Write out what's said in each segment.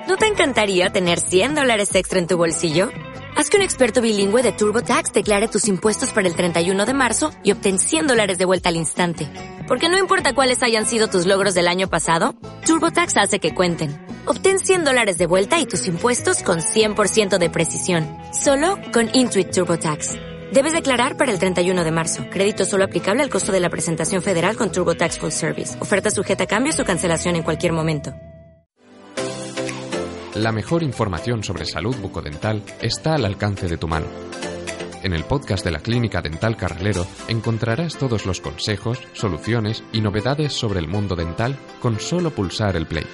¿No te encantaría tener $100 extra en tu bolsillo? Haz que un experto bilingüe de TurboTax declare tus impuestos para el 31 de marzo y obtén $100 de vuelta al instante. Porque no importa cuáles hayan sido tus logros del año pasado, TurboTax hace que cuenten. Obtén $100 de vuelta y tus impuestos con 100% de precisión. Solo con Intuit TurboTax. Debes declarar para el 31 de marzo. Crédito solo aplicable al costo de la presentación federal con TurboTax Full Service. Oferta sujeta a cambios o cancelación en cualquier momento. La mejor información sobre salud bucodental está al alcance de tu mano. En el podcast de la Clínica Dental Carralero encontrarás todos los consejos, soluciones y novedades sobre el mundo dental con solo pulsar el play.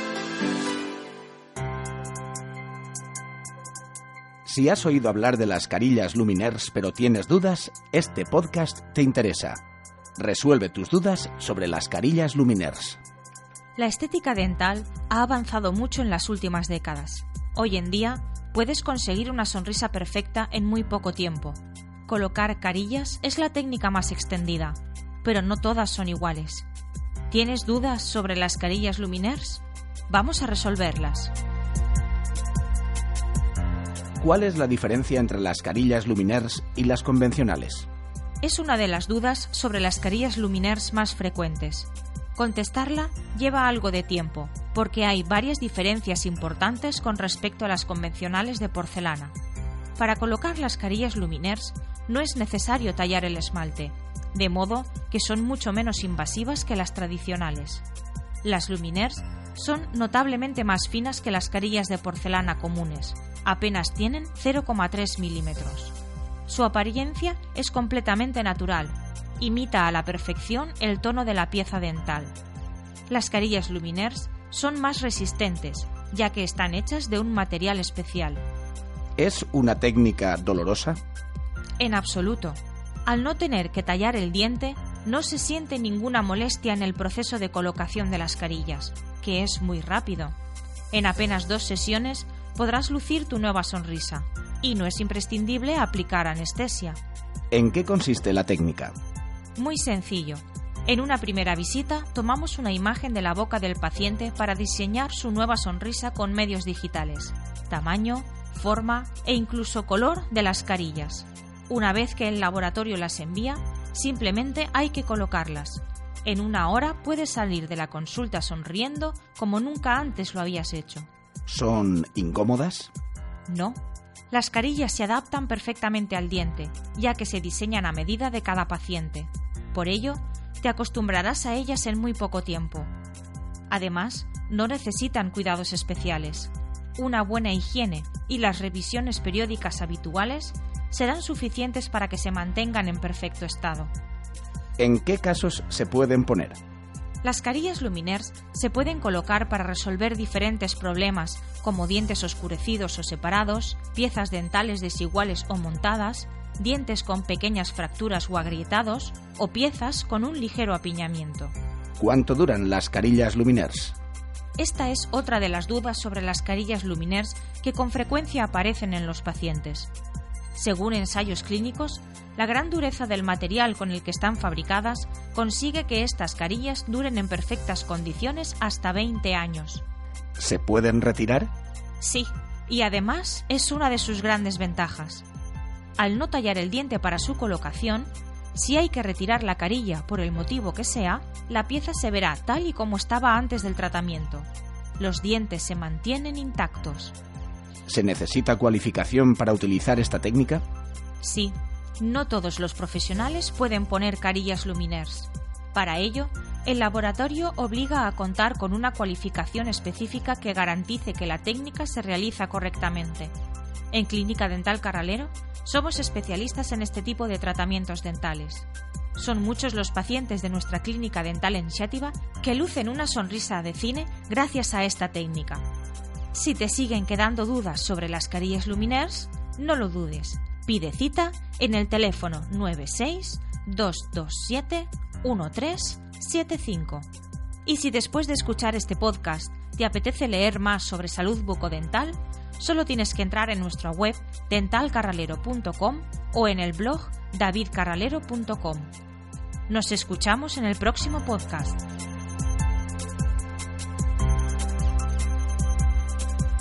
Si has oído hablar de las carillas Lumineers pero tienes dudas, este podcast te interesa. Resuelve tus dudas sobre las carillas Lumineers. La estética dental ha avanzado mucho en las últimas décadas. Hoy en día, puedes conseguir una sonrisa perfecta en muy poco tiempo. Colocar carillas es la técnica más extendida, pero no todas son iguales. ¿Tienes dudas sobre las carillas Lumineers? Vamos a resolverlas. ¿Cuál es la diferencia entre las carillas Lumineers y las convencionales? Es una de las dudas sobre las carillas Lumineers más frecuentes. Contestarla lleva algo de tiempo, porque hay varias diferencias importantes con respecto a las convencionales de porcelana. Para colocar las carillas Lumineers no es necesario tallar el esmalte, de modo que son mucho menos invasivas que las tradicionales. Las Lumineers son notablemente más finas que las carillas de porcelana comunes, apenas tienen 0,3 milímetros. Su apariencia es completamente natural. Imita a la perfección el tono de la pieza dental. Las carillas Lumineers son más resistentes, ya que están hechas de un material especial. ¿Es una técnica dolorosa? En absoluto. Al no tener que tallar el diente, no se siente ninguna molestia en el proceso de colocación de las carillas, que es muy rápido. En apenas 2 sesiones podrás lucir tu nueva sonrisa, y no es imprescindible aplicar anestesia. ¿En qué consiste la técnica? Muy sencillo. En una primera visita tomamos una imagen de la boca del paciente para diseñar su nueva sonrisa con medios digitales, tamaño, forma e incluso color de las carillas. Una vez que el laboratorio las envía, simplemente hay que colocarlas. En 1 hora puedes salir de la consulta sonriendo como nunca antes lo habías hecho. ¿Son incómodas? No. Las carillas se adaptan perfectamente al diente, ya que se diseñan a medida de cada paciente. Por ello, te acostumbrarás a ellas en muy poco tiempo. Además, no necesitan cuidados especiales. Una buena higiene y las revisiones periódicas habituales serán suficientes para que se mantengan en perfecto estado. ¿En qué casos se pueden poner? Las carillas Lumineers se pueden colocar para resolver diferentes problemas, como dientes oscurecidos o separados, piezas dentales desiguales o montadas, dientes con pequeñas fracturas o agrietados, o piezas con un ligero apiñamiento. ¿Cuánto duran las carillas Lumineers? Esta es otra de las dudas sobre las carillas Lumineers que con frecuencia aparecen en los pacientes. Según ensayos clínicos, la gran dureza del material con el que están fabricadas consigue que estas carillas duren en perfectas condiciones hasta 20 años. ¿Se pueden retirar? Sí, y además es una de sus grandes ventajas. Al no tallar el diente para su colocación, si hay que retirar la carilla por el motivo que sea, la pieza se verá tal y como estaba antes del tratamiento. Los dientes se mantienen intactos. ¿Se necesita cualificación para utilizar esta técnica? Sí, no todos los profesionales pueden poner carillas Lumineers. Para ello, el laboratorio obliga a contar con una cualificación específica que garantice que la técnica se realiza correctamente. En Clínica Dental Carralero somos especialistas en este tipo de tratamientos dentales. Son muchos los pacientes de nuestra clínica dental en Xàtiva que lucen una sonrisa de cine gracias a esta técnica. Si te siguen quedando dudas sobre las carillas Lumineers, no lo dudes. Pide cita en el teléfono 96 227 1375. Y si después de escuchar este podcast te apetece leer más sobre salud bucodental, solo tienes que entrar en nuestra web dentalcarralero.com o en el blog davidcarralero.com. Nos escuchamos en el próximo podcast.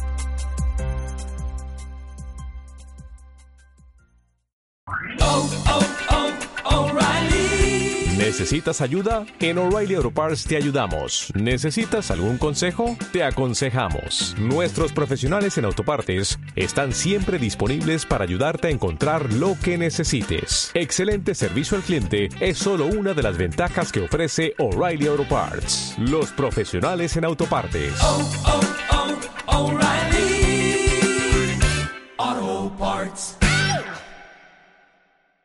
¿Necesitas ayuda? En O'Reilly Auto Parts te ayudamos. ¿Necesitas algún consejo? Te aconsejamos. Nuestros profesionales en autopartes están siempre disponibles para ayudarte a encontrar lo que necesites. Excelente servicio al cliente es solo una de las ventajas que ofrece O'Reilly Auto Parts. Los profesionales en autopartes. O'Reilly Auto Parts.